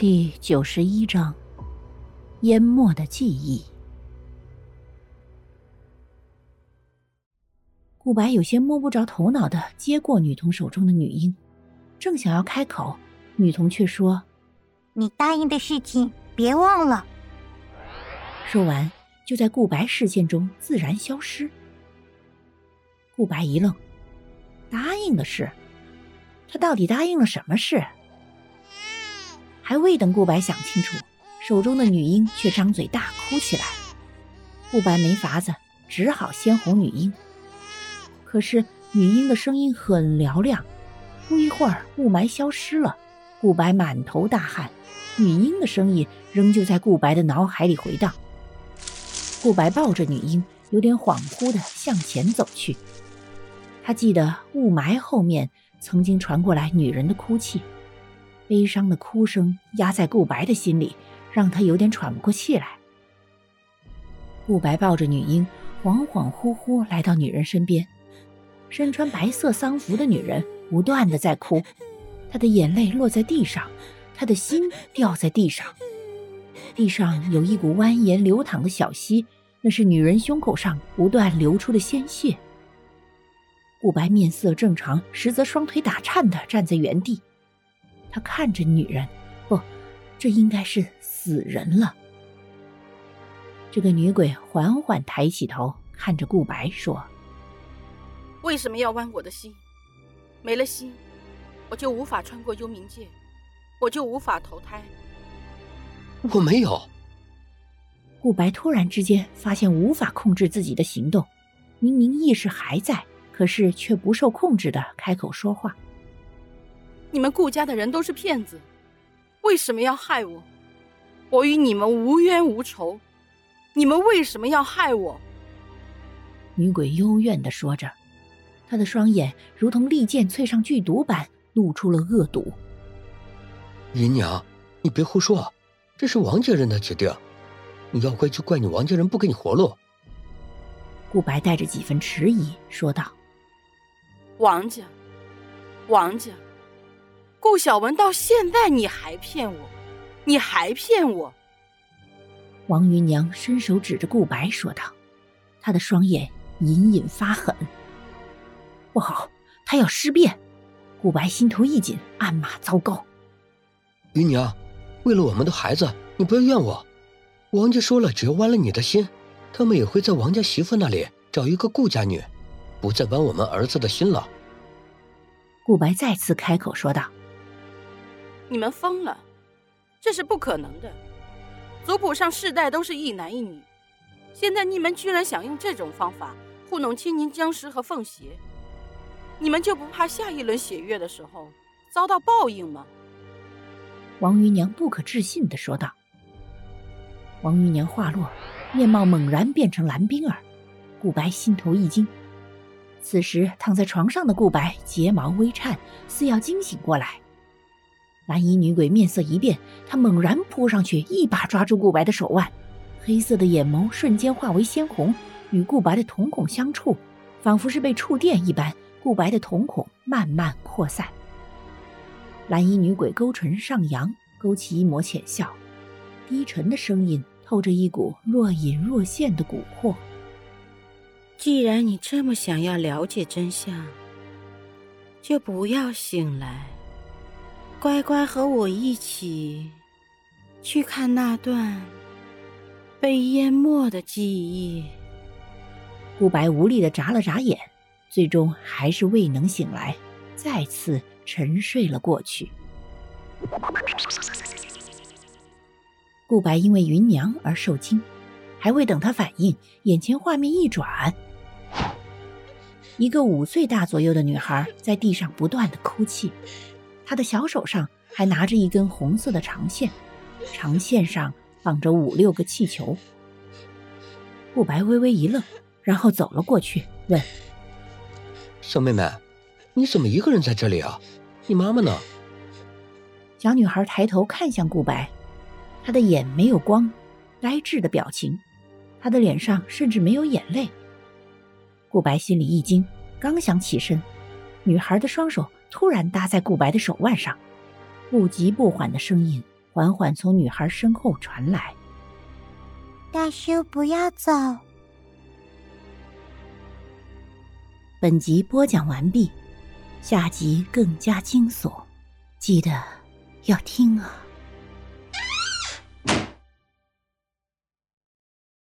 第91章，淹没的记忆。顾白有些摸不着头脑地接过女童手中的女婴，正想要开口，女童却说：“ 你答应的事情别忘了。” 说完，就在顾白视线中自然消失。顾白一愣，答应的事？他到底答应了什么事？还未等顾白想清楚，手中的女婴却张嘴大哭起来。顾白没法子，只好先哄女婴。可是女婴的声音很嘹亮，不一会儿雾霾消失了，顾白满头大汗，女婴的声音仍旧在顾白的脑海里回荡。顾白抱着女婴，有点恍惚地向前走去。他记得雾霾后面曾经传过来女人的哭泣，悲伤的哭声压在顾白的心里，让他有点喘不过气来。顾白抱着女婴，恍恍惚惚来到女人身边。身穿白色丧服的女人不断地在哭，她的眼泪落在地上，她的心掉在地上。地上有一股蜿蜒流淌的小溪，那是女人胸口上不断流出的鲜血。顾白面色正常，实则双腿打颤地站在原地。他看着女人，不，这应该是死人了。这个女鬼缓缓抬起头，看着顾白说：“ 为什么要剜我的心？没了心，我就无法穿过幽冥界，我就无法投胎。” 我没有。 顾白突然之间发现无法控制自己的行动，明明意识还在，可是却不受控制地开口说话：“ 你们顾家的人都是骗子，为什么要害我？我与你们无冤无仇，你们为什么要害我？” 女鬼幽怨地说着，她的双眼如同利剑淬上剧毒般露出了恶毒。 姨娘，你别胡说，这是王家人的决定，你要怪就怪你王家人不给你活路。 顾白带着几分迟疑说道：“ 王家，顾小文到现在你还骗我，你还骗我！” 王姨娘伸手指着顾白说道，她的双眼隐隐发狠。不好，她要尸变！顾白心头一紧，暗骂糟糕。 姨娘，为了我们的孩子，你不要怨我。王家说了，只要剜了你的心，他们也会在王家媳妇那里找一个顾家女，不再剜我们儿子的心了。 顾白再次开口说道：“ 你们疯了，这是不可能的。族谱上世代都是一男一女，现在你们居然想用这种方法糊弄青宁僵尸和凤邪，你们就不怕下一轮血月的时候遭到报应吗？” 王姨娘不可置信地说道。王姨娘话落，面貌猛然变成蓝冰儿。顾白心头一惊，此时躺在床上的顾白睫毛微颤，似要惊醒过来。蓝衣女鬼面色一变，她猛然扑上去，一把抓住顾白的手腕，黑色的眼眸瞬间化为鲜红，与顾白的瞳孔相触，仿佛是被触电一般，顾白的瞳孔慢慢扩散。蓝衣女鬼勾唇上扬，勾起一抹浅笑，低沉的声音透着一股若隐若现的蛊惑。 既然你这么想要了解真相，就不要醒来，乖乖和我一起去看那段被淹没的记忆。 顾白无力地眨了眨眼，最终还是未能醒来，再次沉睡了过去。顾白因为芸娘而受惊，还未等他反应，眼前画面一转，一个5岁大左右的女孩在地上不断地哭泣，她的小手上还拿着一根红色的长线，长线上绑着5、6个气球。顾白微微一愣，然后走了过去，问：“ 小妹妹，你怎么一个人在这里啊？你妈妈呢？” 小女孩抬头看向顾白，她的眼没有光，呆滞的表情，她的脸上甚至没有眼泪。顾白心里一惊，刚想起身，女孩的双手突然搭在顾白的手腕上，不急不缓的声音缓缓从女孩身后传来。 大叔不要走。 本集播讲完毕，下集更加惊悚，记得要听啊。